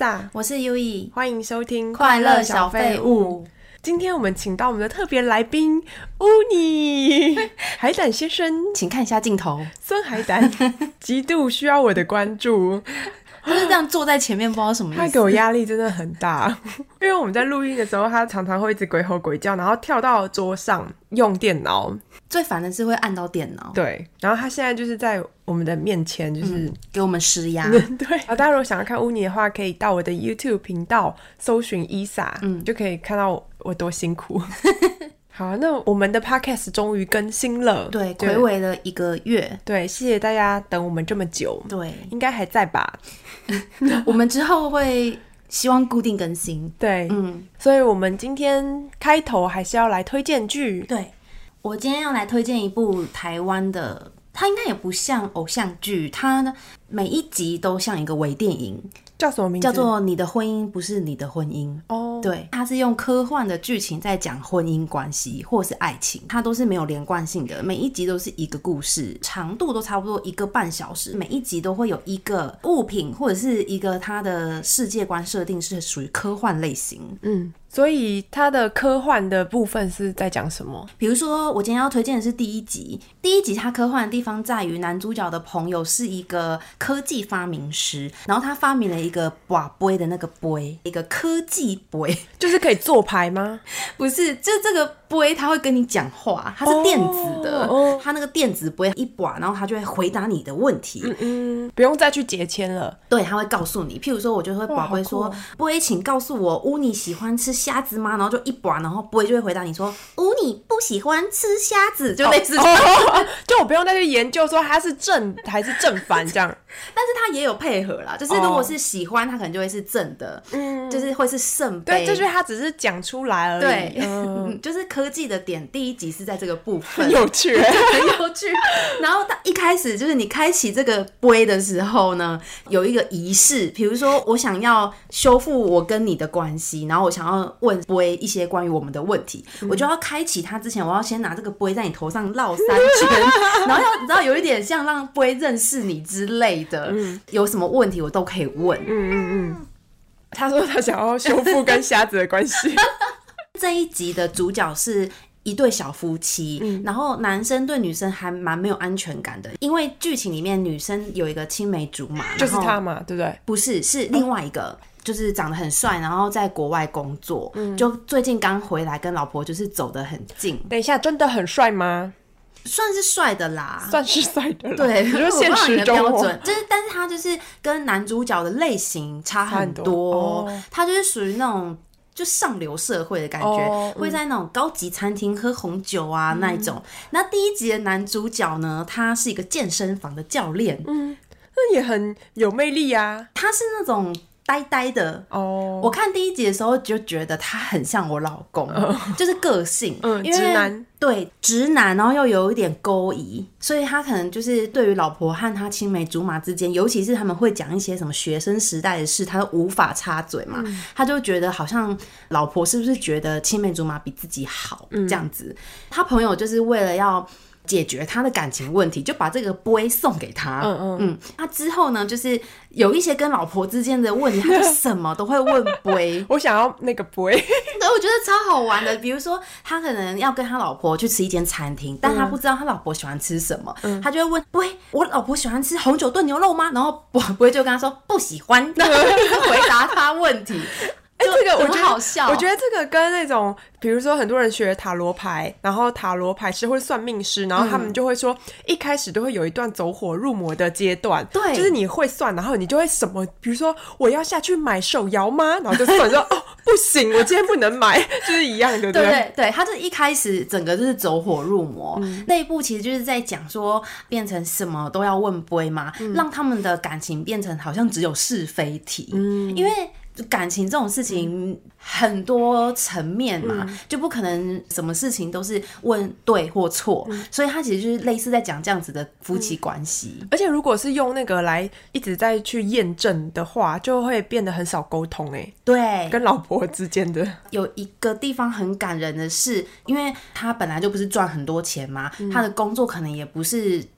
Lisa， 我是 Yui， 欢迎收听快乐小废物。 今天我们请到我们的特别来宾乌尼海胆先生， 请看一下镜头， 孙海胆极度需要我的关注。 他是这样坐在前面，不知道什么意思。 他给我压力真的很大，因为我们在录音的时候，他常常会一直鬼吼鬼叫，然后跳到桌上用电脑。 最烦的是会按到电脑。 对，然后他现在就是在我们的面前，就是、 给我们施压。 对，大家如果想要看乌尼的话，可以到我的 YouTube 频道搜寻伊莎，就可以看到我多辛苦。好，那我们的 podcast 终于更新了， 对，睽违了1个月。 对，谢谢大家等我们这么久。 对， 应该还在吧？ 我们之后会希望固定更新。 对，所以我们今天开头还是要来推荐剧。 对，我今天要来推荐一部台湾的，它应该也不像偶像剧，它每一集都像一个微电影。 叫什么名字？ 叫做《你的婚姻不是你的婚姻》哦，对，它是用科幻的剧情在讲婚姻关系或是爱情，它都是没有连贯性的，每一集都是一个故事，长度都差不多1个半小时，每一集都会有一个物品或者是一个它的世界观设定是属于科幻类型。 所以它的科幻的部分是在讲什么？ 比如说我今天要推荐的是第一集它科幻的地方在于男主角的朋友是一个科技发明师，然后他发明了一个拔杯的那个杯，一个科技杯， 就是可以做牌吗？ 不是，就这个杯他会跟你讲话，它是电子的，它那个电子杯一拔，然后他就会回答你的问题， 不用再去解签了。 对，他会告诉你，譬如说我就会拔杯说，杯请告诉我乌尼喜欢吃虾子吗？然后就一拔，然后杯就会回答你说乌尼不喜欢吃虾子，就类似这样就我不用再去研究说它是正还是正反这样。 但是他也有配合啦，就是如果是喜欢，他可能就会是正的，就是会是圣杯。 对，这就是他只是讲出来而已。 对，就是科技的点，第一集是在这个部分， 很有趣， 很有趣。然后一开始就是你开启这个杯的时候呢，有一个仪式，比如说我想要修复我跟你的关系，然后我想要问杯一些关于我们的问题，我就要开启它之前，我要先拿这个杯在你头上绕3圈，然后你知道有一点像让杯认识你之类的，有什么问题我都可以问。 他说他想要修复跟瞎子的关系。 这一集的主角是一对小夫妻，然后男生对女生还蛮没有安全感的，因为剧情里面女生有一个青梅竹马， 就是他嘛，对不对？ 不是，是另外一个。就是长得很帅，然后在国外工作，就最近刚回来，跟老婆就是走得很近。 等一下，真的很帅吗？ 算是帅的啦， 算是帅的啦。 对， 你说现实中标准，就是，但是他就是跟男主角的类型差很多，他就是属于那种就上流社会的感觉，会在那种高级餐厅喝红酒啊那一种。那第一集的男主角呢，他是一个健身房的教练， 那也很有魅力啊。 他是那种呆呆的我看第一集的时候就觉得他很像我老公，就是个性， 直男， 对，直男，然后又有一点勾引，所以他可能就是对于老婆和他青梅竹马之间，尤其是他们会讲一些什么学生时代的事，他都无法插嘴嘛，他就觉得好像老婆是不是觉得青梅竹马比自己好，这样子。他朋友就是为了要解决他的感情问题，就把这个杯送给他。他之后呢，就是有一些跟老婆之间的问题，他就什么都会问杯。 我想要那个杯， 对，我觉得超好玩的。比如说，他可能要跟他老婆去吃一间餐厅，但他不知道他老婆喜欢吃什么，他就会问杯：“我老婆喜欢吃红酒炖牛肉吗？”然后杯就跟他说不喜欢，回答他问题。 这个我觉得好笑。 我觉得这个跟那种，比如说很多人学塔罗牌，然后塔罗牌师或算命师，然后他们就会说，一开始都会有一段走火入魔的阶段， 对， 就是你会算，然后你就会什么，比如说我要下去买手摇吗？然后就算说哦不行，我今天不能买，就是一样的， 对，他就一开始整个就是走火入魔。那一部其实就是在讲说，变成什么都要问杯嘛，让他们的感情变成好像只有是非题，因为感情这种事情很多层面嘛，就不可能什么事情都是问对或错，所以他其实就是类似在讲这样子的夫妻关系。 而且如果是用那个来一直在去验证的话，就会变得很少沟通对， 跟老婆之间的。 有一个地方很感人的是，因为他本来就不是赚很多钱嘛，他的工作可能也不是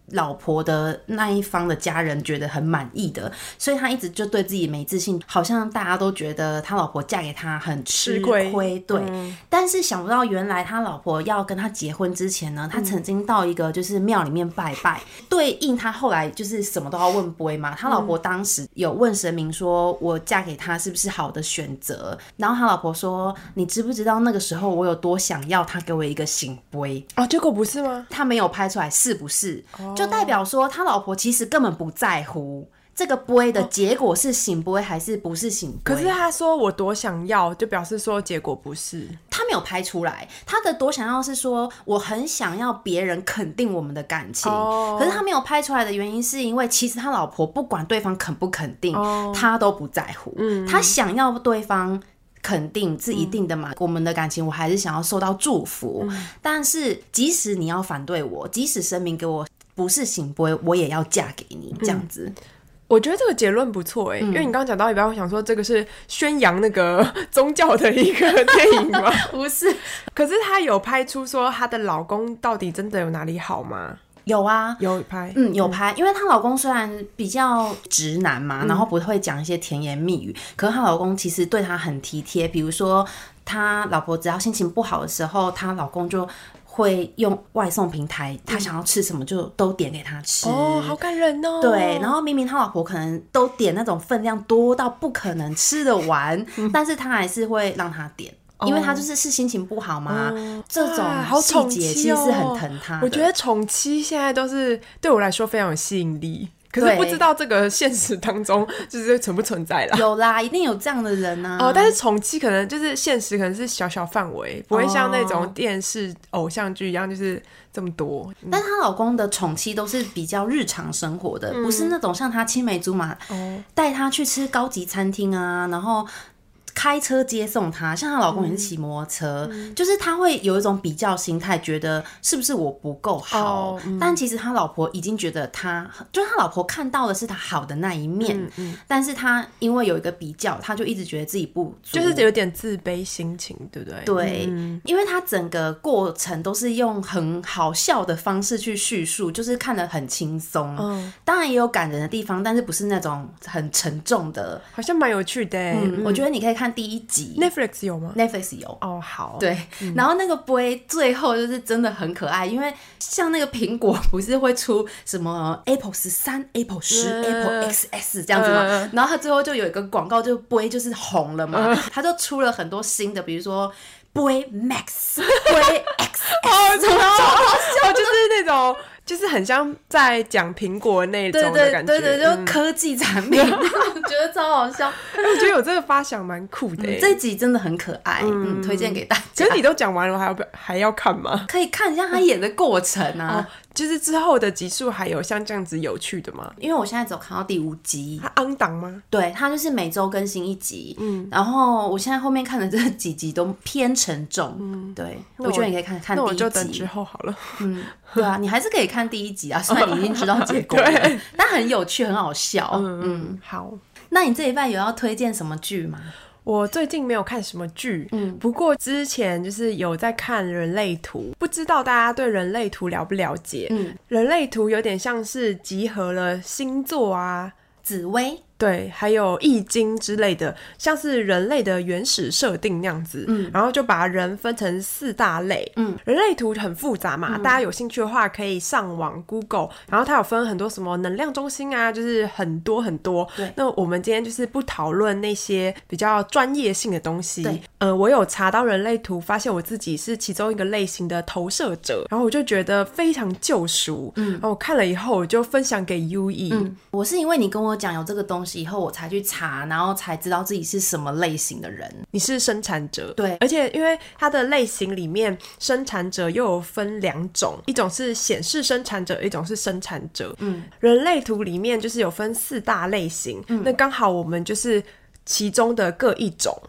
老婆的那一方的家人觉得很满意的，所以他一直就对自己没自信，好像大家都觉得他老婆嫁给他很吃亏，对、但是想不到原来他老婆要跟他结婚之前呢，他曾经到一个就是庙里面拜拜，对应他后来就是什么都要问杯嘛，他老婆当时有问神明说我嫁给他是不是好的选择，然后他老婆说你知不知道那个时候我有多想要他给我一个醒杯哦，结果不是吗？ 他没有拍出来是不是、就代表说他老婆其实根本不在乎这个杯的结果是醒杯还是不是醒杯。 可是他说我多想要，就表示说结果不是。 他没有拍出来，他的多想要是说我很想要别人肯定我们的感情、可是他没有拍出来的原因是因为其实他老婆不管对方肯不肯定、他都不在乎、他想要对方肯定是一定的嘛、我们的感情我还是想要受到祝福、但是即使你要反对我，即使神明给我不是醒杯，我也要嫁给你这样子。 我觉得这个结论不错因为你刚刚讲到一半，我想说这个是宣扬那个宗教的一个电影吗？ 不是， 可是她有拍出说她的老公到底真的有哪里好吗？ 有啊， 有拍， 有拍，因为她老公虽然比较直男嘛，然后不会讲一些甜言蜜语，可是她老公其实对她很体贴，比如说她老婆只要心情不好的时候，她老公就会用外送平台，他想要吃什么就都点给他吃。 哦，好感人哦。 对，然后明明他老婆可能都点那种分量多到不可能吃得完，但是他还是会让他点。因为他就是心情不好嘛，这种细节其实是很疼他的。 我觉得宠妻现在都是对我来说非常有吸引力，可是不知道这个现实当中就是存不存在啦。 有啦，一定有这样的人啊。 但是宠妻可能就是现实可能是小小范围，不会像那种电视偶像剧一样就是这么多。 但她老公的宠妻都是比较日常生活的，不是那种像她青梅竹马带她去吃高级餐厅啊，然后开车接送她，像她老公也是骑摩托车，就是她会有一种比较心态，觉得是不是我不够好，但其实她老婆已经觉得就是她老婆看到的是她好的那一面，但是她因为有一个比较，她就一直觉得自己不足， 就是有点自卑心情，对不对？ 对，因为她整个过程都是用很好笑的方式去叙述，就是看得很轻松，当然也有感人的地方，但是不是那种很沉重的， 好像蛮有趣的我觉得你可以看第一集 Netflix 有吗？ Netflix 有哦，好， 对，然后那个杯最后就是真的很可爱，因为像那个苹果不是会出什么 Apple 13、Apple 10、Apple XS 这样子嘛，然后它最后就有一个广告，就杯就是红了嘛，它就出了很多新的，比如说杯 Max、杯 XS， 超好笑，就是那种。就是很像在讲苹果那种的感觉， 对，就科技产品，我觉得超好笑。 我觉得有这个发想蛮酷的这一集真的很可爱，推荐给大家。 可是你都讲完了，还要看吗？ 可以看一下他演的过程啊。 就是之后的集数还有像这样子有趣的吗？ 因为我现在只有看到第5集。 它on档吗？ 对，它就是每周更新1集。然后我现在后面看的这几集都偏沉重。对，我觉得你可以看第1集。 那我就等之后好了。 对啊，你还是可以看第1集啊，虽然你已经知道结果了，但很有趣，很好笑。 好。那你这一半有要推荐什么剧吗？ 我最近没有看什么剧，不过之前就是有在看人类图，不知道大家对人类图了不了解？人类图有点像是集合了星座啊、 紫微， 对，还有易经之类的，像是人类的原始设定那样子，然后就把人分成4大类。人类图很复杂嘛，大家有兴趣的话可以上网 Google， 然后它有分很多什么能量中心啊，就是很多很多。对，那我们今天就是不讨论那些比较专业性的东西。我有查到人类图，发现我自己是其中一个类型的投射者，然后我就觉得非常救赎。然后我看了以后，我就分享给 UE。 我是因为你跟我讲有这个东西以后，我才去查，然后才知道自己是什么类型的人。 你是生产者， 对， 而且因为它的类型里面，生产者又有分2种，一种是显示生产者，一种是生产者。人类图里面就是有分4大类型，那刚好我们就是其中的各一种。 对。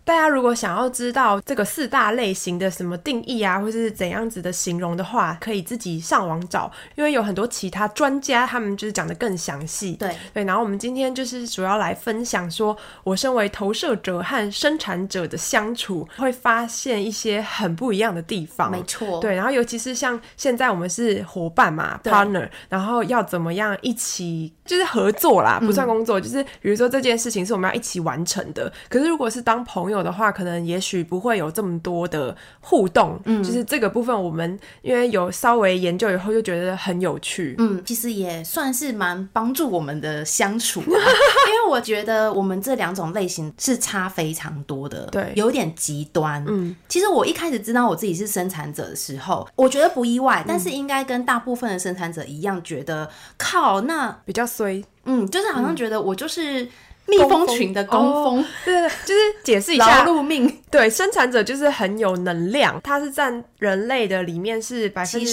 大家如果想要知道这个4大类型的什么定义啊，或是怎样子的形容的话，可以自己上网找，因为有很多其他专家他们就是讲得更详细。 对， 然后我们今天就是主要来分享说，我身为投射者和生产者的相处，会发现一些很不一样的地方。 没错， 对，然后尤其是像现在我们是伙伴嘛 ，partner， 然后要怎么样一起就是合作啦，不算工作，就是比如说这件事情是我们要一起完成的。可是如果是当朋友的话，可能也许不会有这么多的互动。就是这个部分我们因为有稍微研究以后就觉得很有趣。 其实也算是蛮帮助我们的相处因为我觉得我们这2种类型是差非常多的， 对， 有点极端。其实我一开始知道我自己是生产者的时候，我觉得不意外，但是应该跟大部分的生产者一样，觉得靠，那比较衰。 就是好像觉得我就是蜜蜂群的工蜂。 对，就是解释一下劳碌命。 对，生产者就是很有能量，它是占人类的里面是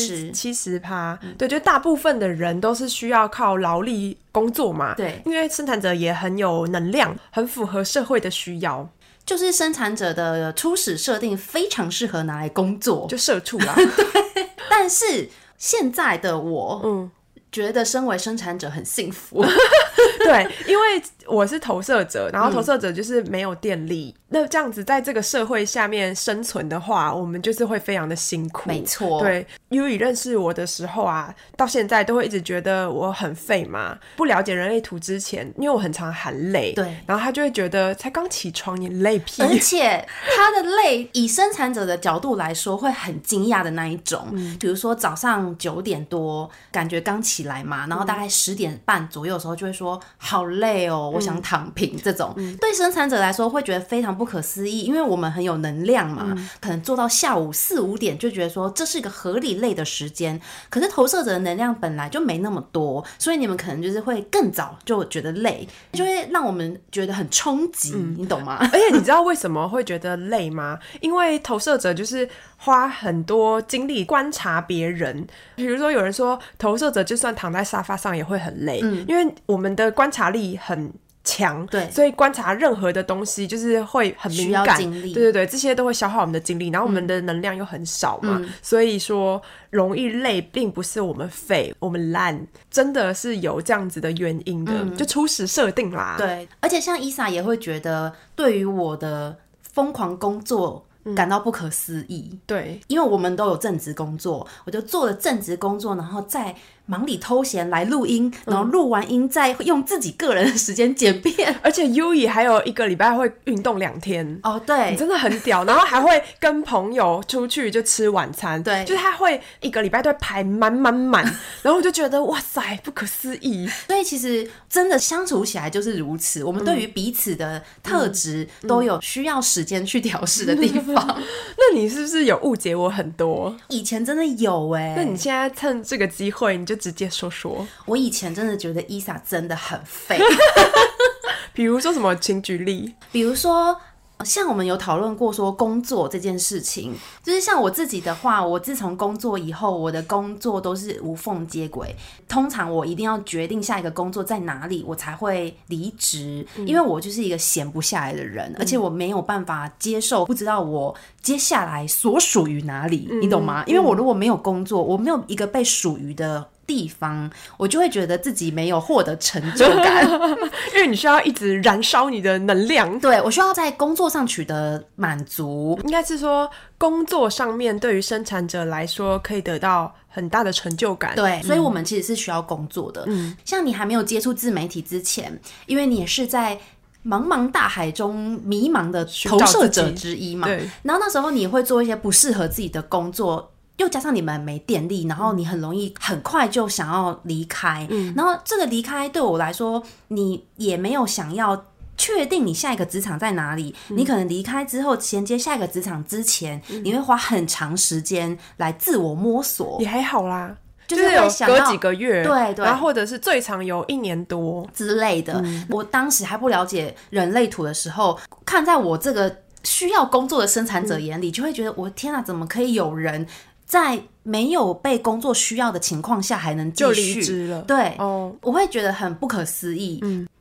70%。对，就大部分的人都是需要靠劳力工作嘛。 对， 因为生产者也很有能量，很符合社会的需要。 就是生产者的初始设定非常适合拿来工作， 就社畜啦。 对，但是现在的我，觉得身为生产者很幸福。 对，因为我是投射者，然后投射者就是没有电力，那这样子在这个社会下面生存的话，我们就是会非常的辛苦。 没错， 对，Yui 认识我的时候啊，到现在都会一直觉得我很废嘛。不了解人类图之前，因为我很常喊累， 对， 然后他就会觉得才刚起床你累屁， 而且他的累以生产者的角度来说会很惊讶的那一种。比如说早上9点多感觉刚起来嘛，然后大概10点半左右的时候就会说好累哦，我想躺平。这种对生产者来说会觉得非常不可思议，因为我们很有能量嘛，可能做到下午4、5点就觉得说这是一个合理累的时间。可是投射者的能量本来就没那么多，所以你们可能就是会更早就觉得累，就会让我们觉得很冲击。你懂吗？ 而且你知道为什么会觉得累吗？因为投射者就是花很多精力观察别人。比如说有人说投射者就算躺在沙发上也会很累，因为我们的观察力很强， 对， 所以观察任何的东西就是会很敏感， 需要精力， 对，这些都会消耗我们的精力，然后我们的能量又很少嘛，所以说容易累并不是我们废我们烂，真的是有这样子的原因的，就初始设定啦。 对，而且像伊莎也会觉得对于我的疯狂工作感到不可思议。 对， 因为我们都有正职工作，我就做了正职工作，然后再忙里偷闲来录音，然后录完音再用自己个人的时间剪片。 而且 Yui 还有1个礼拜会运动2天。 哦，对， 你真的很屌。然后还会跟朋友出去就吃晚餐， 对， 就是他会1个礼拜都会排满，然后我就觉得哇塞，不可思议。 所以其实真的相处起来就是如此，我们对于彼此的特质都有需要时间去调试的地方。 那你是不是有误解我很多？ 以前真的有那你现在趁这个机会你就直接说。 我以前真的觉得伊莎真的很废。 比如说什么，请举例。 比如说像我们有讨论过说工作这件事情，就是像我自己的话，我自从工作以后，我的工作都是无缝接轨。通常我一定要决定下一个工作在哪里，我才会离职，因为我就是一个闲不下来的人，而且我没有办法接受不知道我接下来所属于哪里，你懂吗？因为我如果没有工作，我没有一个被属于的地方，我就会觉得自己没有获得成就感。 因为你需要一直燃烧你的能量。 对，我需要在工作上取得满足。 应该是说工作上面对于生产者来说可以得到很大的成就感。 对，所以我们其实是需要工作的。像你还没有接触自媒体之前，因为你也是在茫茫大海中迷茫的投射者之一嘛， 对， 然后那时候你会做一些不适合自己的工作，又加上你们没电力，然后你很容易很快就想要离开，然后这个离开对我来说，你也没有想要确定你下一个职场在哪里，你可能离开之后衔接下一个职场之前，你会花很长时间来自我摸索。 也还好啦， 就是有隔几个月， 对， 然后或者是最长有1年多之类的。我当时还不了解人类图的时候，看在我这个需要工作的生产者眼里，就会觉得我天啊，怎么可以有人在没有被工作需要的情况下还能继续就离职了？ 对，我会觉得很不可思议。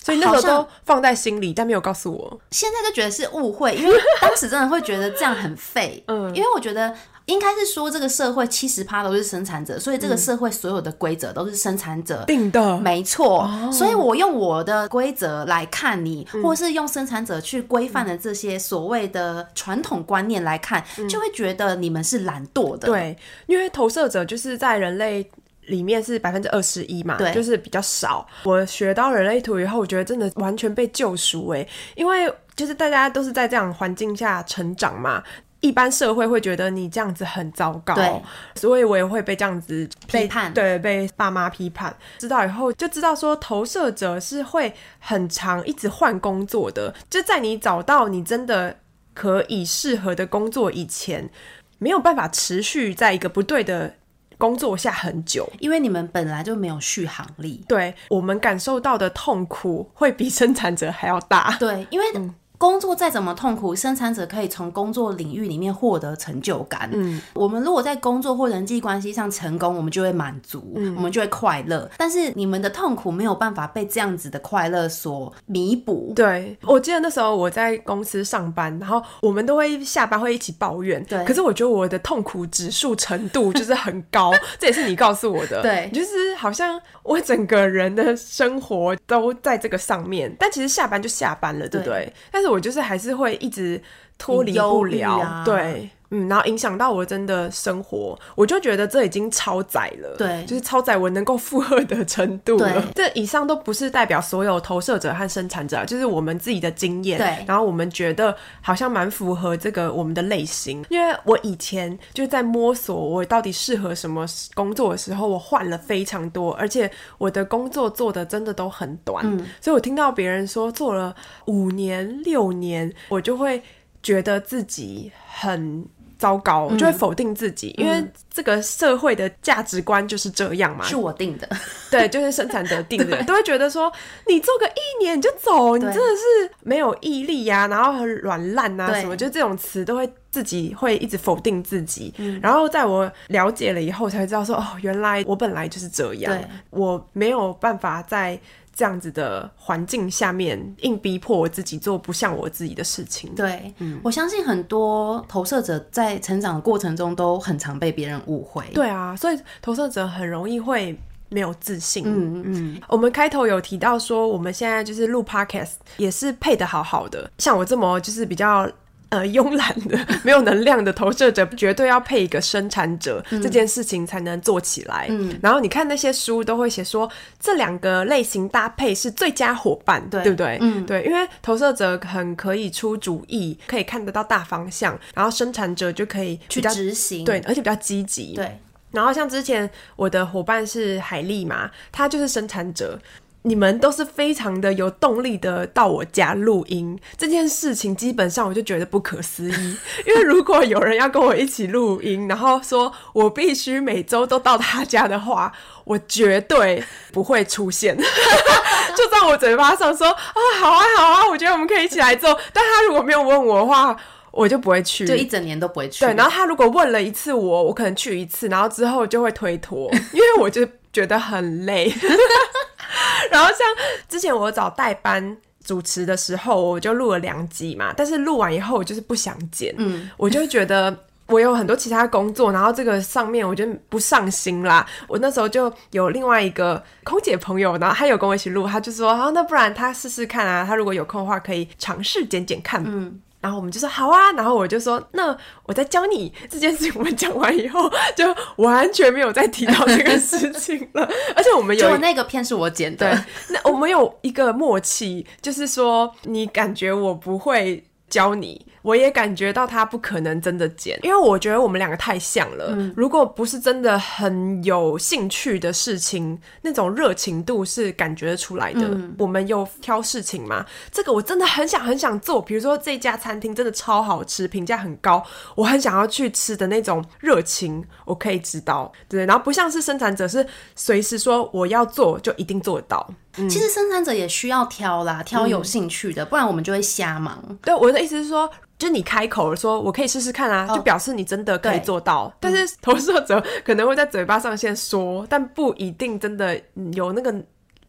所以那时候都放在心里，但没有告诉我。 现在就觉得是误会，因为当时真的会觉得这样很废。因为我觉得应该是说这个社会70%都是生产者，所以这个社会所有的规则都是生产者定的， 没错。所以我用我的规则来看你，或是用生产者去规范的这些所谓的传统观念来看，就会觉得你们是懒惰的。 对，因为投射者就是在人类里面是21%嘛，就是比较少。我学到人类图以后，我觉得真的完全被救赎因为就是大家都是在这样环境下成长嘛。一般社会会觉得你这样子很糟糕，对，所以我也会被这样子批判， 对，被爸妈批判。知道以后就知道说，投射者是会很常一直换工作的，就在你找到你真的可以适合的工作以前，没有办法持续在一个不对的工作下很久， 因为你们本来就没有续航力。 对，我们感受到的痛苦会比生产者还要大。 对，因为工作再怎么痛苦，生产者可以从工作领域里面获得成就感。我们如果在工作或人际关系上成功，我们就会满足，我们就会快乐。但是你们的痛苦没有办法被这样子的快乐所弥补。 对，我记得那时候我在公司上班，然后我们都会下班会一起抱怨。对，可是我觉得我的痛苦指数程度就是很高，这也是你告诉我的。对，就是好像我整个人的生活都在这个上面，但其实下班就下班了，对不对？但是我就是还是会一直脱离不了，对，然后影响到我真的生活，我就觉得这已经超载了，对，就是超载我能够负荷的程度了。这以上都不是代表所有投射者和生产者，就是我们自己的经验，对，然后我们觉得好像蛮符合这个我们的类型。因为我以前就在摸索我到底适合什么工作的时候，我换了非常多，而且我的工作做的真的都很短，所以我听到别人说做了5年6年，我就会觉得自己很糟糕，我就会否定自己，因为这个社会的价值观就是这样嘛， 是我定的， 对，就是生产者定的，都会觉得说你做个1年你就走，你真的是没有毅力啊，然后很软烂啊什么，就这种词都会自己会一直否定自己。然后在我了解了以后才知道说，哦，原来我本来就是这样，我没有办法在这样子的环境下面硬逼迫我自己做不像我自己的事情。 对，我相信很多投射者在成长的过程中都很常被别人误会。 对啊，所以投射者很容易会没有自信。我们开头有提到说我们现在就是录 podcast 也是配得好好的，像我这么就是比较慵懒的没有能量的投射者绝对要配一个生产者，这件事情才能做起来。然后你看那些书都会写说这2个类型搭配是最佳伙伴， 对不对？对，因为投射者很可以出主意，可以看得到大方向，然后生产者就可以去执行， 对，而且比较积极。对，然后像之前我的伙伴是海莉嘛，她就是生产者。你们都是非常的有动力的到我家录音，这件事情基本上我就觉得不可思议。因为如果有人要跟我一起录音，然后说我必须每周都到他家的话，我绝对不会出现。就在我嘴巴上说啊，好啊好啊，我觉得我们可以一起来做，但他如果没有问我的话，我就不会去， 就一整年都不会去。 对，然后他如果问了一次我可能去一次，然后之后就会推脱，因为我就觉得很累。然后像之前我找代班主持的时候，我就录了2集嘛，但是录完以后我就是不想剪，我就觉得我有很多其他工作，然后这个上面我就不上心啦。我那时候就有另外一个空姐朋友，然后他有跟我一起录，他就说那不然他试试看啊，他如果有空的话可以尝试剪剪看。然后我们就说好啊，然后我就说那我再教你。这件事情我们讲完以后就完全没有再提到这个事情了。而且我们有就那个片是我剪的， 对，那我们有一个默契，就是说你感觉我不会教你，我也感觉到他不可能真的剪，因为我觉得我们2个太像了。如果不是真的很有兴趣的事情，那种热情度是感觉得出来的。我们有挑事情嘛，这个我真的很想做，比如说这家餐厅真的超好吃，评价很高，我很想要去吃的那种热情我可以知道，对。然后不像是生产者是随时说我要做就一定做得到。 其实生产者也需要挑啦，挑有兴趣的，不然我们就会瞎忙。 对，我的意思是说，就你开口了说我可以试试看啊，就表示你真的可以做到。但是投射者可能会在嘴巴上先说，但不一定真的有那个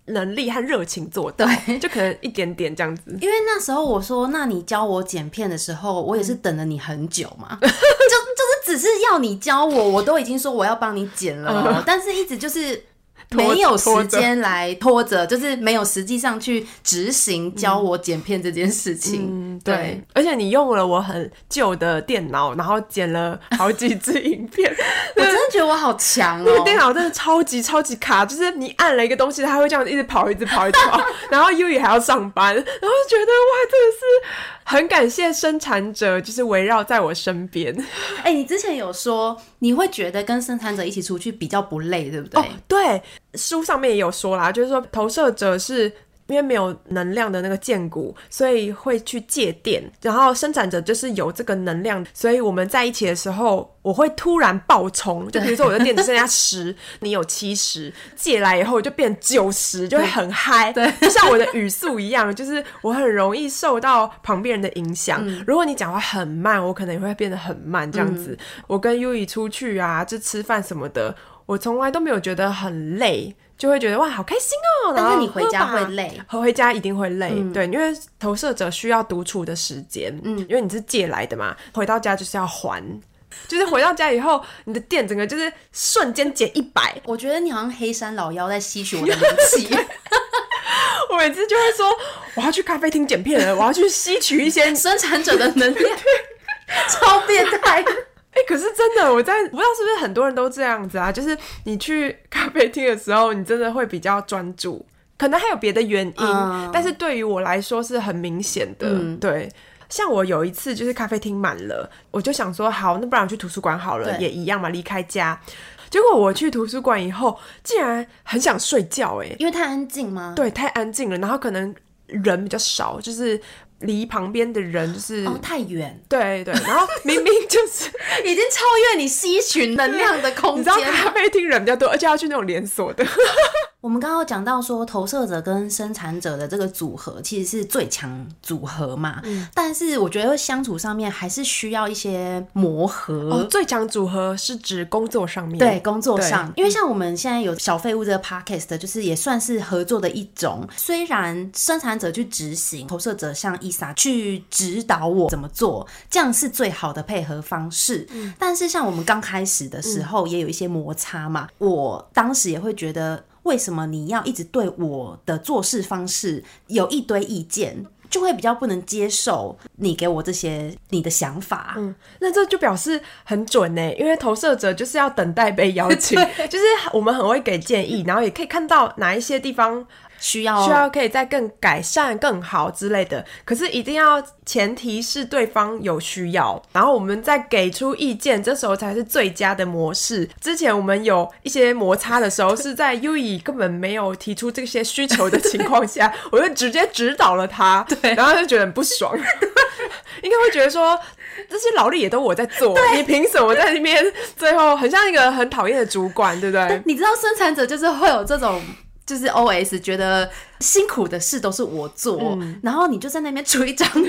能力和热情做到，对，就可能一点点这样子。 因为那时候我说，那你教我剪片的时候，我也是等了你很久嘛，就是只是要你教我，我都已经说我要帮你剪了，但是一直就是没有时间来拖着，就是没有实际上去执行教我剪片这件事情。 对，而且你用了我很旧的电脑，然后剪了好几支影片， 我真的觉得我好强哦！ 那个电脑真的超级卡，就是你按了一个东西，它会这样一直跑，然后 Yui 还要上班，然后就觉得哇，真的是很感谢生产者，就是围绕在我身边。 你之前有说你会觉得跟生产者一起出去比较不累，对不对？ 对，书上面也有说啦，就是说投射者是因为没有能量的那个剑骨，所以会去借电，然后生产者就是有这个能量，所以我们在一起的时候我会突然爆冲，就比如说我的电只剩下10你有70，借来以后就变90，就会很嗨，对，就像我的语速一样，就是我很容易受到旁边人的影响，如果你讲话很慢，我可能也会变得很慢这样子。我跟 Yui 出去啊，就吃饭什么的，我从来都没有觉得很累，就会觉得哇好开心哦。 但是你回家会累， 回家一定会累，对，因为投射者需要独处的时间，因为你是借来的嘛，回到家就是要还，就是回到家以后你的电整个就是瞬间减100。 我觉得你好像黑山老妖在吸取我的灵气。 我每次就会说我要去咖啡厅剪片了，我要去吸取一些生产者的能量。超变态。 可是真的，我不知道是不是很多人都这样子啊，就是你去咖啡厅的时候，你真的会比较专注，可能还有别的原因，但是对于我来说是很明显的，对。像我有一次就是咖啡厅满了，我就想说好，那不然我去图书馆好了，也一样嘛，离开家。结果我去图书馆以后，竟然很想睡觉， 因为太安静吗？ 对，太安静了，然后可能人比较少，就是离旁边的人就是太远， 对，然后明明就是已经超越你吸取能量的空间。 你知道咖啡厅人比较多，而且要去那种连锁的。 我们刚刚讲到说投射者跟生产者的这个组合其实是最强组合嘛，但是我觉得相处上面还是需要一些磨合。 最强组合是指工作上面， 对，工作上，因为像我们现在有小废物这个 podcast， 就是也算是合作的一种。虽然生产者去执行，投射者像伊莎去指导我怎么做，这样是最好的配合方式。但是像我们刚开始的时候也有一些摩擦嘛，我当时也会觉得为什么你要一直对我的做事方式有一堆意见，就会比较不能接受你给我这些你的想法。 那这就表示很准耶，因为投射者就是要等待被邀请，就是我们很会给建议，然后也可以看到哪一些地方需要可以再更改善更好之类的，可是一定要前提是对方有需要，然后我们再给出意见，这时候才是最佳的模式。之前我们有一些摩擦的时候是在 Yui 根本没有提出这些需求的情况下我就直接指导了他，对，然后他就觉得很不爽应该会觉得说这些劳力也都我在做，你凭什么在那边最后很像一个很讨厌的主管，对不对？ 你知道生产者就是会有这种就是 OS 觉得辛苦的事都是我做，然后你就在那边出一张嘴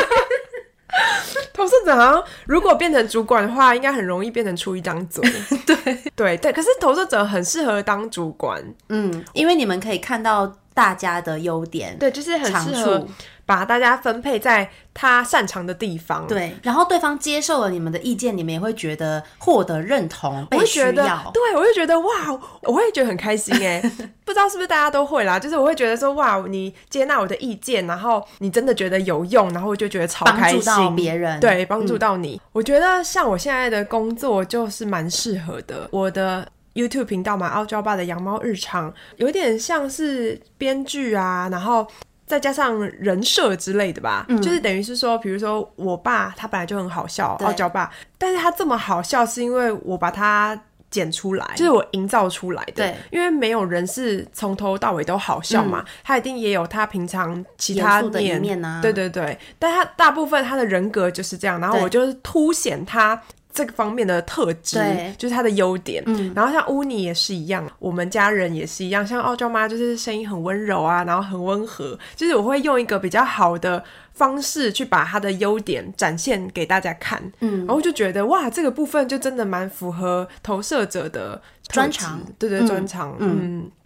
投射者好像如果变成主管的话，应该很容易变成出一张嘴对，可是投射者很适合当主管， 因为你们可以看到大家的优点， 对，就是很适合把大家分配在他擅长的地方， 对，然后对方接受了你们的意见，你们也会觉得获得认同，被需要， 对，我会觉得哇，我会觉得很开心耶不知道是不是大家都会啦，就是我会觉得说哇，你接纳我的意见，然后你真的觉得有用，然后我就觉得超开心， 帮助到别人， 对，帮助到你。我觉得像我现在的工作就是蛮适合的，我的YouTube 频道嘛，傲娇爸的养猫日常，有点像是编剧啊，然后再加上人设之类的吧，就是等于是说，比如说我爸他本来就很好笑，傲娇爸，但是他这么好笑是因为我把他剪出来，就是我营造出来的，对，因为没有人是从头到尾都好笑嘛，他一定也有他平常其他严肃的一面啊， 对，但他大部分他的人格就是这样，然后我就是凸显他这个方面的特质，就是他的优点，然后像乌尼也是一样，我们家人也是一样，像傲娇妈就是声音很温柔啊，然后很温和，就是我会用一个比较好的方式去把他的优点展现给大家看，然后就觉得哇，这个部分就真的蛮符合投射者的专长， 对，专长，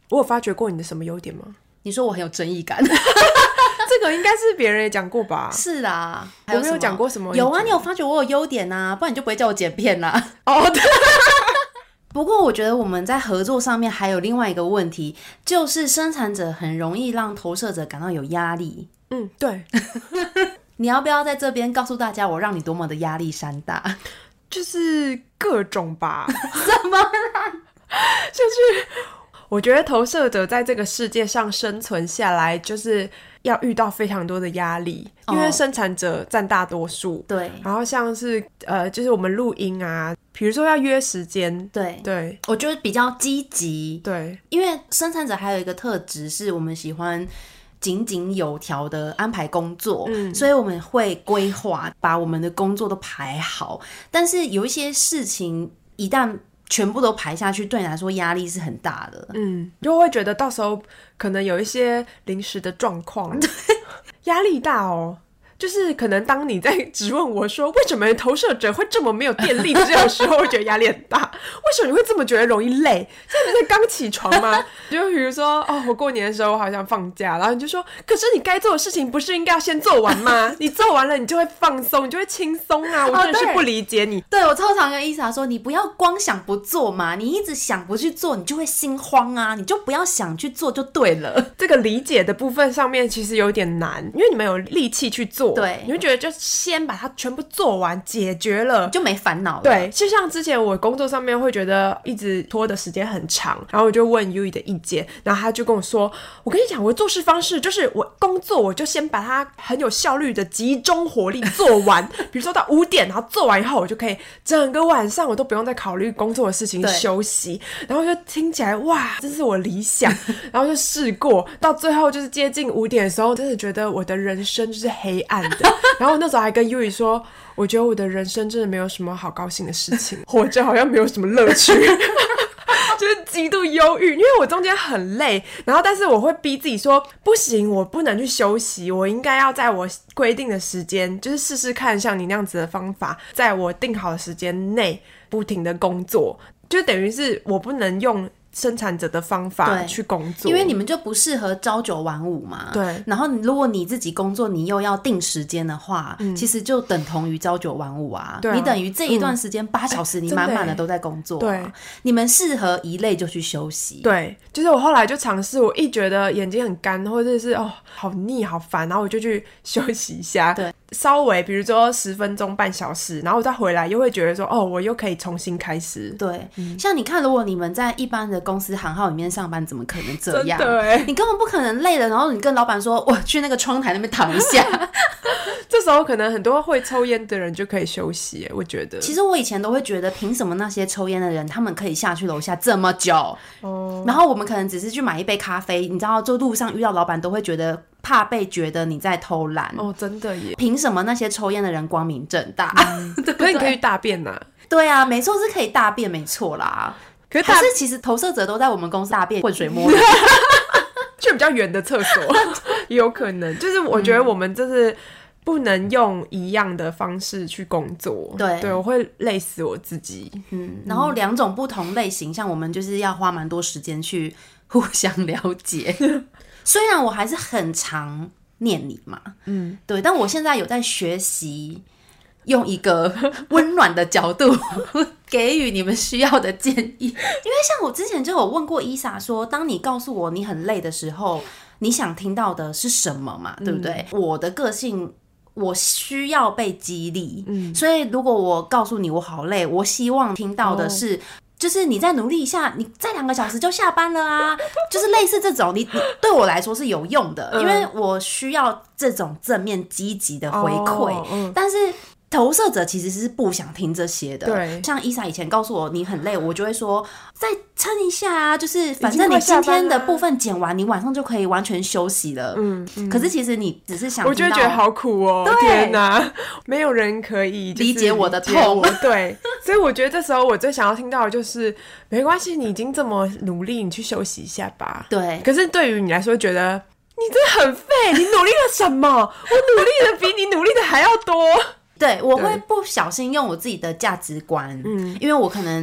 我有发觉过你的什么优点吗？ 你说我很有正义感这个应该是别人也讲过吧？ 是啦， 我没有讲过什么。 有啊，你有发觉我有优点啊，不然你就不会叫我剪片啦。 哦，对。 不过我觉得我们在合作上面还有另外一个问题，就是生产者很容易让投射者感到有压力。 对。 你要不要在这边告诉大家我让你多么的压力山大？ 就是各种吧。 怎么啦？ 就是我觉得投射者在这个世界上生存下来，就是要遇到非常多的压力，因为生产者占大多数。 对， 然后像是就是我们录音啊，比如说要约时间。对， 我觉得比较积极。 对， 因为生产者还有一个特质是我们喜欢井井有条的安排工作，所以我们会规划，把我们的工作都排好。但是有一些事情一旦全部都排下去，对你来说压力是很大的。 就会觉得到时候可能有一些临时的状况，压力大哦。就是可能当你在质问我说为什么投射者会这么没有电力的这种时候，会觉得压力很大。为什么你会这么觉得容易累？现在不是刚起床吗？就比如说我过年的时候我好想放假，然后你就说可是你该做的事情不是应该要先做完吗？你做完了你就会放松，你就会轻松啊。我真的是不理解你。 对，我超常跟伊莎说，你不要光想不做嘛，你一直想不去做，你就会心慌啊，你就不要想去做就对了。 这个理解的部分上面其实有点难，因为你们有力气去做， 对， 你会觉得就先把它全部做完解决了就没烦恼了。 对，就像之前我工作上面会觉得一直拖的时间很长，然后我就问 Yui 的意见，然后他就跟我说，我跟你讲我的做事方式就是我工作我就先把它很有效率的集中火力做完比如说到5点，然后做完以后我就可以整个晚上我都不用再考虑工作的事情休息，然后就听起来哇这是我理想然后就试过到最后就是接近5点的时候，真的觉得我的人生就是黑暗的然后我那时候还跟 Yui 说，我觉得我的人生真的没有什么好高兴的事情，活着好像没有什么乐趣就是极度忧郁，因为我中间很累，然后但是我会逼自己说不行，我不能去休息，我应该要在我规定的时间，就是试试看像你那样子的方法，在我定好的时间内不停的工作，就等于是我不能用生产者的方法去工作， 因为你们就不适合朝九晚五嘛。 对， 然后如果你自己工作，你又要定时间的话，其实就等同于朝九晚五啊。对啊，你等于这一段时间8小时，你满满的都在工作。对，你们适合一累就去休息。 对，就是我后来就尝试，我一觉得眼睛很干，或者是好腻好烦，然后我就去休息一下。对。稍微比如说10分钟半小时，然后我再回来又会觉得说我又可以重新开始。 对，像你看如果你们在一般的公司行号里面上班，怎么可能这样？ 真的你根本不可能累了然后你跟老板说我去那个窗台那边躺一下这时候可能很多会抽烟的人就可以休息，我觉得。 其实我以前都会觉得凭什么那些抽烟的人他们可以下去楼下这么久然后我们可能只是去买一杯咖啡，你知道就路上遇到老板都会觉得怕被觉得你在偷懒。 真的耶， 凭什么那些抽烟的人光明正大对不对？ 可是你可以大便啊。 对啊，没错，是可以大便没错啦。可是其实投射者都在我们公司大便浑水摸鱼去比较远的厕所也有可能，就是我觉得我们就是不能用一样的方式去工作。对，我会累死我自己。 然后2种不同类型，像我们就是要花蛮多时间去互相了解虽然我还是很常念你嘛对，但我现在有在学习用一个温暖的角度给予你们需要的建议因为像我之前就有问过伊莎说，当你告诉我你很累的时候，你想听到的是什么嘛，对不对？我的个性我需要被激励所以如果我告诉你我好累，我希望听到的是就是你再努力一下，你再2个小时就下班了啊就是类似这种你对我来说是有用的因为我需要这种正面积极的回馈但是投射者其实是不想听这些的。对，像伊莎以前告诉我你很累，我就会说再撑一下啊，就是反正你今天的部分剪完，你晚上就可以完全休息了。可是其实你只是想听到， 我就觉得好苦哦。天哪，没有人可以理解我的痛。 对，所以我觉得这时候我最想要听到的就是没关系，你已经这么努力，你去休息一下吧。对，可是对于你来说觉得你真的很废，你努力了什么？我努力的比你努力的还要多。 对，我会不小心用我自己的价值观因为我可能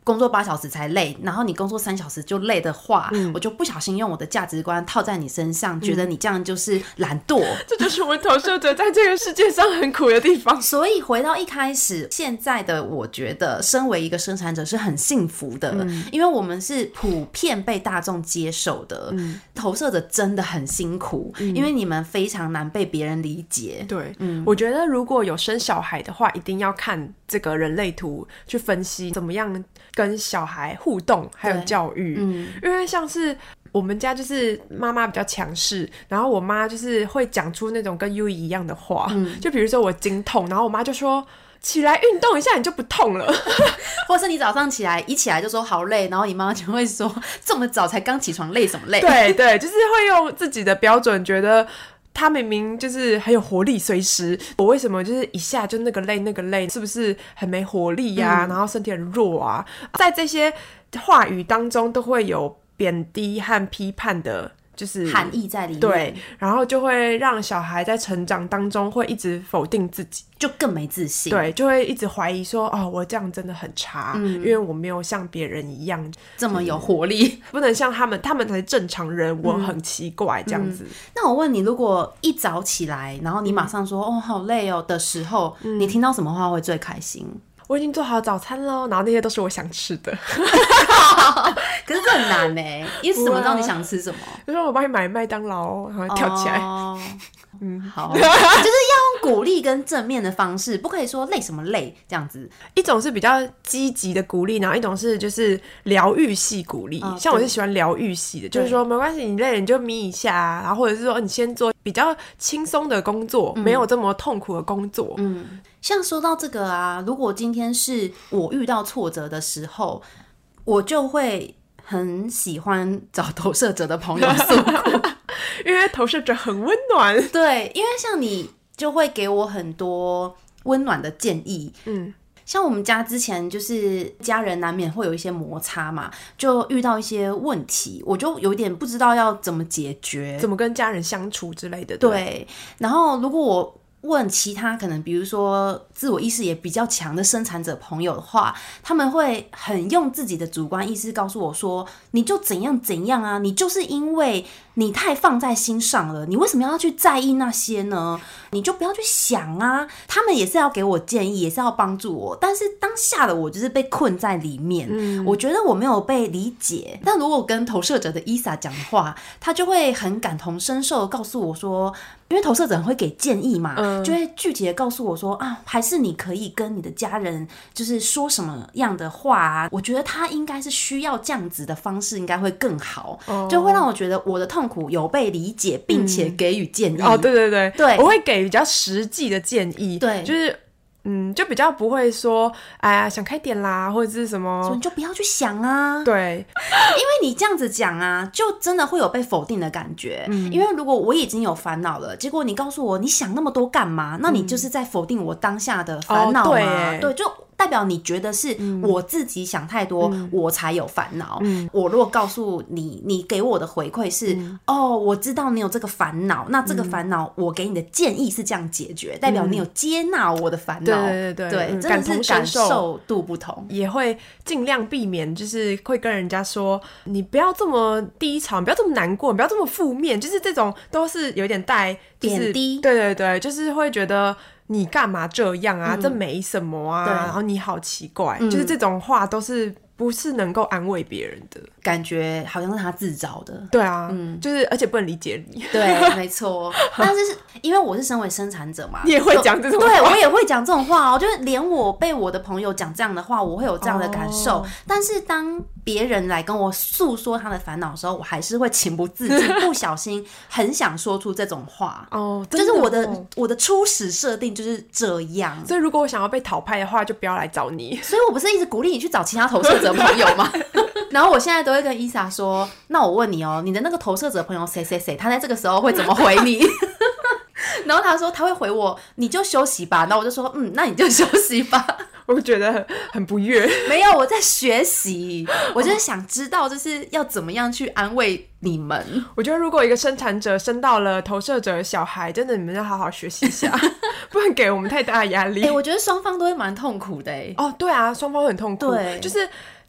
工作8小时才累，然后你工作3小时就累的话，我就不小心用我的价值观套在你身上，觉得你这样就是懒惰。 这就是我们投射者在这个世界上很苦的地方。 所以回到一开始，现在的我觉得身为一个生产者是很幸福的，因为我们是普遍被大众接受的。投射者真的很辛苦，因为你们非常难被别人理解。 对，我觉得如果有生小孩的话，一定要看这个人类图去分析怎么样跟小孩互动还有教育。因为像是我们家就是妈妈比较强势，然后我妈就是会讲出那种跟 U 一样的话，就比如说我经痛，然后我妈就说起来运动一下你就不痛了， 或是你早上起来一起来就说好累，然后你妈妈就会说这么早才刚起床累什么累。 对对，就是会用自己的标准觉得他明明就是很有活力，随时我为什么就是一下就那个累，是不是很没活力啊？然后身体很弱啊，在这些话语当中都会有贬低和批判的就是含义在里面。 对，然后就会让小孩在成长当中会一直否定自己， 就更没自信。 对，就会一直怀疑说哦，我这样真的很差，因为我没有像别人一样这么有活力， 不能像他们才是正常人，我很奇怪这样子。 那我问你，如果一早起来然后你马上说哦好累哦的时候，你听到什么话会最开心？ 我已经做好早餐了，然后那些都是我想吃的。 可是这很难耶，因为怎么知道你想吃什么？ 就说我帮你买麦当劳，然后跳起来。 好，就是要用鼓励跟正面的方式，不可以说累什么累这样子。 一种是比较积极的鼓励，然后一种是就是疗愈系鼓励。像我是喜欢疗愈系的，就是说没关系，你累了你就眯一下，然后或者是说你先做比较轻松的工作，没有这么痛苦的工作。 像说到这个啊，如果今天是我遇到挫折的时候，我就会很喜欢找投射者的朋友诉苦， 因为投射者很温暖。 对，因为像你就会给我很多温暖的建议。像我们家之前就是家人难免会有一些摩擦嘛，就遇到一些问题，我就有点不知道要怎么解决， 怎么跟家人相处之类的。 对，然后如果我问其他可能比如说自我意识也比较强的生产者朋友的话，他们会很用自己的主观意识告诉我说你就怎样怎样啊，你就是因为你太放在心上了，你为什么要去在意那些呢？你就不要去想啊。他们也是要给我建议，也是要帮助我，但是当下的我就是被困在里面。我觉得我没有被理解。但如果跟投射者的伊莎讲的话，他就会很感同身受地告诉我说，因为投射者会给建议嘛，就会具体的告诉我说啊，还是你可以跟你的家人就是说什么样的话啊，我觉得他应该是需要这样子的方式应该会更好，就会让我觉得我的痛苦有被理解，并且给予建议。 对对对对，我会给比较实际的建议。 对， 就是就比较不会说哎呀想开点啦，或者是什么你就不要去想啊。 对， 因为你这样子讲啊，就真的会有被否定的感觉。因为如果我已经有烦恼了，结果你告诉我你想那么多干嘛，那你就是在否定我当下的烦恼嘛。对，就代表你觉得是我自己想太多，我才有烦恼。我如果告诉你，你给我的回馈是我知道你有这个烦恼，那这个烦恼我给你的建议是这样解决，代表你有接纳我的烦恼。对，真的是感受度不同， 也会尽量避免，就是会跟人家说你不要这么低潮，你不要这么难过，你不要这么负面，就是这种都是有点带贬低。 对对对，就是会觉得你干嘛这样啊，这没什么啊，然后你好奇怪，就是这种话都是不是能够安慰别人的， 感觉好像是他自找的。 对啊，就是而且不能理解你。 对，没错。但是因为我是身为生产者嘛， 你也会讲这种话。 对，我也会讲这种话哦，就是连我被我的朋友讲这样的话，我会有这样的感受。但是当别人来跟我诉说他的烦恼的时候，我还是会情不自禁不小心很想说出这种话。就是我的初始设定就是这样。 所以如果我想要被讨拍的话，就不要来找你。 所以我不是一直鼓励你去找其他投射者朋友吗？然后我现在都会跟伊莎说，那我问你哦，你的那个投射者朋友谁谁谁，他在这个时候会怎么回你？然后他说他会回我，你就休息吧。然后我就说那你就休息吧。 我觉得很不悦。 没有，我在学习，我就是想知道就是要怎么样去安慰你们。 我觉得如果一个生产者生到了投射者的小孩，真的你们要好好学习一下，不然给我们太大的压力。 我觉得双方都会蛮痛苦的。 对啊，双方很痛苦。 对， 就是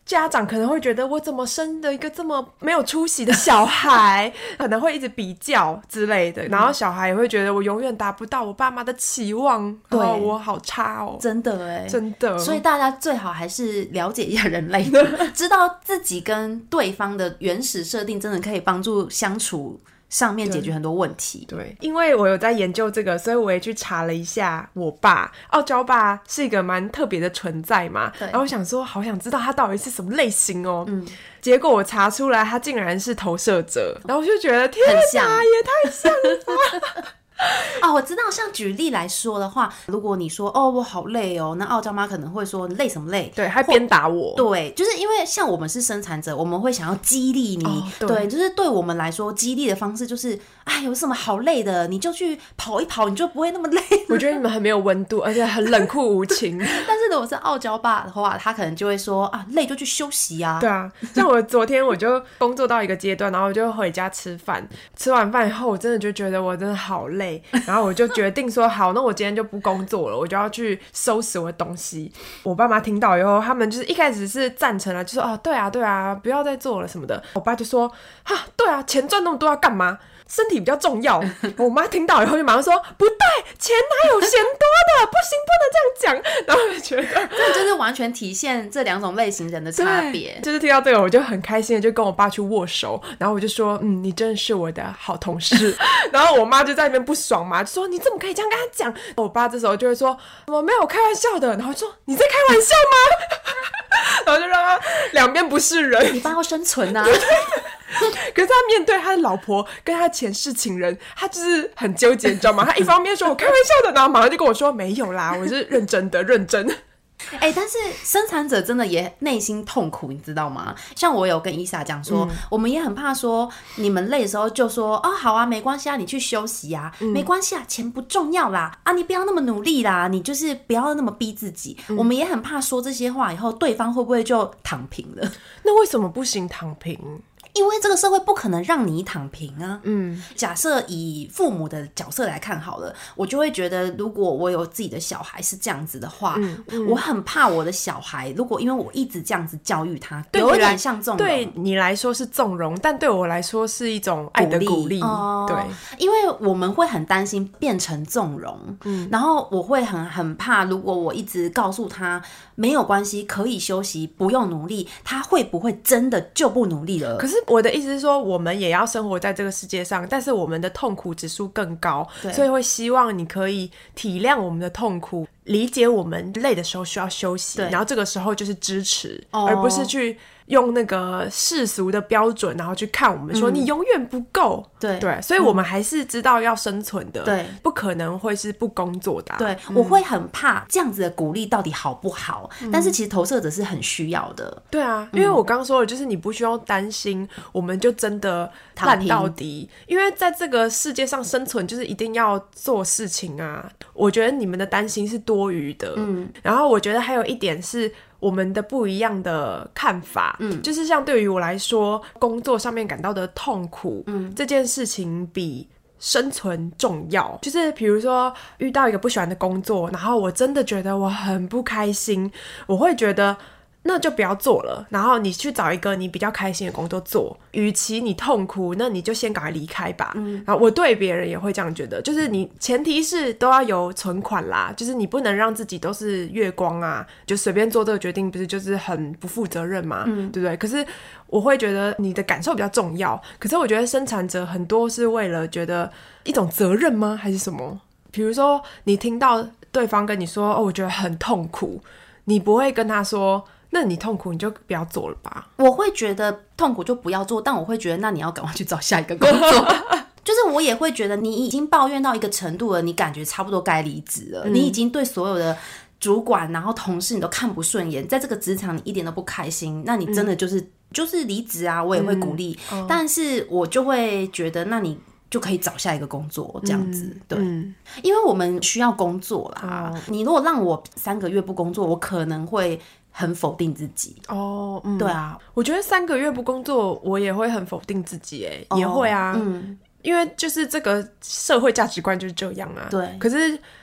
家长可能会觉得我怎么生的一个这么没有出息的小孩，可能会一直比较之类的，然后小孩也会觉得我永远达不到我爸妈的期望，对，我好差哦， 真的耶， 真的。 所以大家最好还是了解一下人类，知道自己跟对方的原始设定，真的可以帮助相处上面解决很多问题。 对，因为我有在研究这个，所以我也去查了一下我爸。傲娇爸是一个蛮特别的存在嘛，然后我想说好想知道他到底是什么类型哦。结果我查出来他竟然是投射者，然后我就觉得天哪，也太像了吧。 哦，我知道，像举例来说的话，如果你说哦我好累哦，那傲娇妈可能会说你累什么累？ 对，还鞭打我。 对，就是因为像我们是生产者，我们会想要激励你，对，就是对我们来说，激励的方式就是哎有什么好累的，你就去跑一跑，你就不会那么累。 我觉得你们很没有温度，而且很冷酷无情。 但是如果是傲娇爸的话，他可能就会说啊累就去休息啊。 对啊，像我昨天我就工作到一个阶段，然后我就回家吃饭，吃完饭以后我真的就觉得我真的好累，然后我就决定说好，那我今天就不工作了，我就要去收拾我的东西。我爸妈听到以后，他们就是一开始是赞成啊，就说哦对啊对啊，不要再做了什么的。我爸就说哈对啊，钱赚那么多要干嘛？身体比较重要。我妈听到以后就马上说不对，钱哪有嫌多的，不行，不能这样讲。然后我就觉得这就是完全体现这两种类型人的差别。 就是听到这个我就很开心的就跟我爸去握手，然后我就说你真的是我的好同事。然后我妈就在那边不爽嘛，就说你怎么可以这样跟他讲。我爸这时候就会说我没有开玩笑的，然后说你在开玩笑吗？然后就让他两边不是人。 你爸要生存啊。 可是他面对他的老婆跟他前世情人，他就是很纠结，你知道吗？他一方面说我开玩笑的，然后马上就跟我说没有啦，我是认真的，认真。 但是生产者真的也内心痛苦，你知道吗？像我有跟伊莎讲说，我们也很怕说你们累的时候就说哦好啊，没关系啊，你去休息啊，没关系啊，钱不重要啦，啊你不要那么努力啦，你就是不要那么逼自己。我们也很怕说这些话以后，对方会不会就躺平了？ 那为什么不行躺平？ 因为这个社会不可能让你躺平啊。假设以父母的角色来看好了，我就会觉得如果我有自己的小孩是这样子的话，我很怕我的小孩如果因为我一直这样子教育他，有一点像纵容。 对你来说是纵容，但对我来说是一种爱的鼓励。对， 因为我们会很担心变成纵容，然后我会很怕如果我一直告诉他没有关系，可以休息，不用努力，他会不会真的就不努力了？ 可是我的意思是说，我们也要生活在这个世界上，但是我们的痛苦指数更高，所以会希望你可以体谅我们的痛苦，理解我们累的时候需要休息，然后这个时候就是支持，而不是去用那个世俗的标准然后去看我们说你永远不够。对，所以我们还是知道要生存的，对，不可能会是不工作的。 对，我会很怕这样子的鼓励到底好不好，但是其实投射者是很需要的。 对啊，因为我刚说的就是你不需要担心我们就真的烂到底，因为在这个世界上生存就是一定要做事情啊。我觉得你们的担心是多余的。然后我觉得还有一点是我们的不一样的看法，就是像对于我来说，工作上面感到的痛苦，这件事情比生存重要。就是比如说遇到一个不喜欢的工作，然后我真的觉得我很不开心，我会觉得那就不要做了，然后你去找一个你比较开心的工作做，与其你痛苦，那你就先赶快离开吧。然后我对别人也会这样觉得，就是你前提是都要有存款啦，就是你不能让自己都是月光啊，就随便做这个决定，不是就是很不负责任嘛，对不对？可是我会觉得你的感受比较重要，可是我觉得生产者很多是为了觉得一种责任吗？还是什么？比如说你听到对方跟你说哦，我觉得很痛苦，你不会跟他说那你痛苦你就不要做了吧？ 我会觉得痛苦就不要做，但我会觉得那你要赶快去找下一个工作。就是我也会觉得你已经抱怨到一个程度了，你感觉差不多该离职了，你已经对所有的主管然后同事你都看不顺眼，在这个职场你一点都不开心，那你真的就是离职啊，我也会鼓励，但是我就会觉得那你就可以找下一个工作这样子。对，因为我们需要工作啦，你如果让我3个月不工作，我可能会很否定自己。对啊， 我觉得3个月不工作我也会很否定自己也会啊，因为就是这个社会价值观就是这样啊。 对， 可是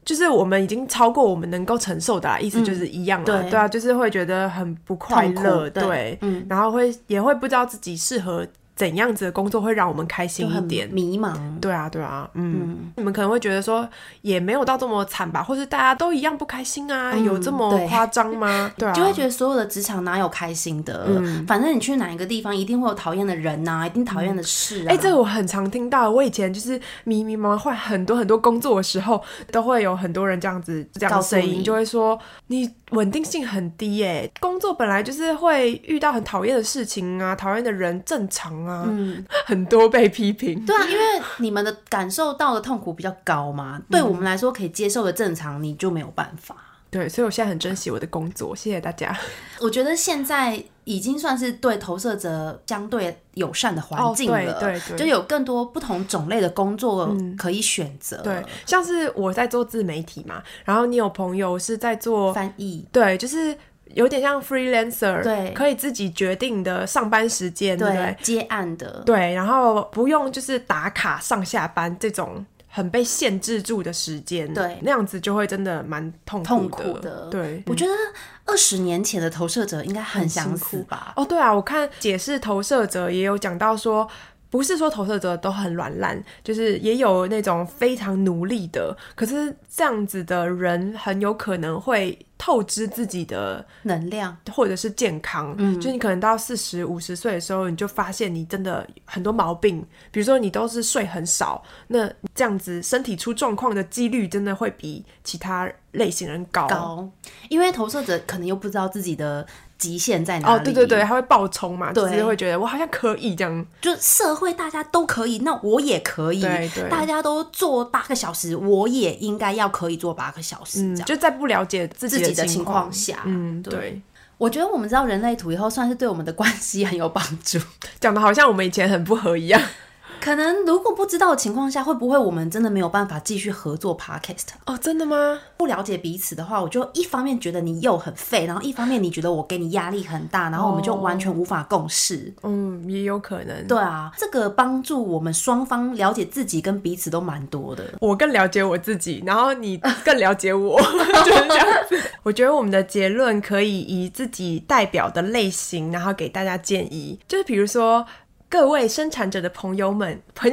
就是我们已经超过我们能够承受的啦，意思就是一样啦，对啊，就是会觉得很不快乐，对，然后也会不知道自己适合怎样子的工作会让我们开心一点， 迷茫。 对啊对啊，你们可能会觉得说也没有到这么惨吧，或是大家都一样不开心啊，有这么夸张吗？对啊， 就会觉得所有的职场哪有开心的，反正你去哪一个地方一定会有讨厌的人啊，一定讨厌的事啊。 这个我很常听到，我以前就是迷迷茫茫换很多工作的时候，都会有很多人这样声音，就会说你稳定性很低耶，工作本来就是会遇到很讨厌的事情啊，讨厌的人正常啊，很多被批评。 对啊，因为你们的感受到的痛苦比较高嘛，对我们来说可以接受的正常，你就没有办法。 对，所以我现在很珍惜我的工作，谢谢大家。 我觉得现在已经算是对投射者相对友善的环境了，对，就有更多不同种类的工作可以选择。 对，像是我在做自媒体嘛，然后你有朋友是在做翻译， 对，就是有点像 freelancer， 对， 可以自己决定的上班时间，对不对？ 接案的， 对，然后不用就是打卡上下班这种很被限制住的时间，对，那样子就会真的蛮痛苦的。对， 我觉得20年前的投射者应该很相似吧？ 哦，对啊，我看解释投射者也有讲到说，不是说投射者都很软烂，就是也有那种非常努力的，可是这样子的人很有可能会透支自己的能量或者是健康，就你可能到40、50岁的时候，你就发现你真的很多毛病，比如说你都是睡很少，那这样子身体出状况的几率真的会比其他类型人高， 因为投射者可能又不知道自己的极限在哪里。 对对对，他会爆冲嘛，就是会觉得我好像可以这样， 就社会大家都可以，那我也可以，对对，大家都做8个小时，我也应该要可以做8个小时，这样， 就在不了解自己的情况下， 对。 我觉得我们知道人类图以后，算是对我们的关系很有帮助。 讲的好像我们以前很不合一样。 可能如果不知道的情况下，会不会我们真的没有办法继续合作 podcast？ 哦，真的吗？ 不了解彼此的话，我就一方面觉得你又很废，然后一方面你觉得我给你压力很大，然后我们就完全无法共事。 也有可能。 对啊，这个帮助我们双方了解自己跟彼此都蛮多的。 我更了解我自己，然后你更了解我，就是这样子。我觉得我们的结论可以以自己代表的类型，然后给大家建议，就是比如说。各位生产者的朋友们各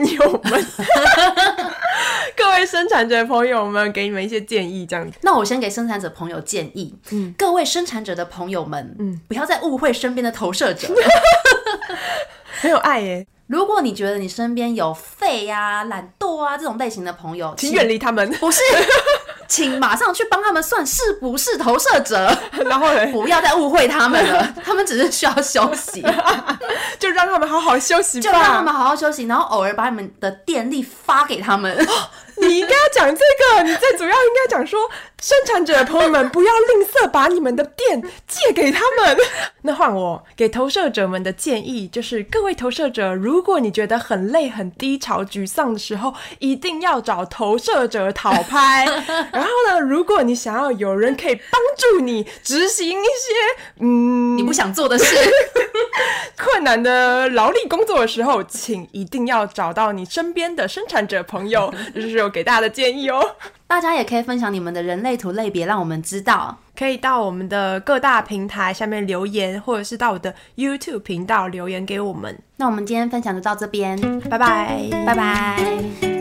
位生产者的朋友们，给你们一些建议，这样子。 那我先给生产者朋友建议，各位生产者的朋友们，不要再误会身边的投射者， 很有爱耶。 如果你觉得你身边有废啊、懒惰啊这种类型的朋友， 请远离他们。 不是。请马上去帮他们算是不是投射者， 然后不要再误会他们了，他们只是需要休息， 就让他们好好休息吧， 就让他们好好休息，然后偶尔把你们的电力发给他们。 你应该要讲这个，你最主要应该讲说，生产者的朋友们不要吝啬把你们的电借给他们。那换我给投射者们的建议就是，各位投射者，如果你觉得很累、很低潮、沮丧的时候，一定要找投射者讨拍。然后呢，如果你想要有人可以帮助你执行一些你不想做的事困难的劳力工作的时候，请一定要找到你身边的生产者朋友，这是我给大家的建议哦。 大家也可以分享你们的人类图类别，让我们知道。 可以到我们的各大平台下面留言，或者是到我的 YouTube 频道留言给我们。 那我们今天分享就到这边， 拜拜， 拜拜。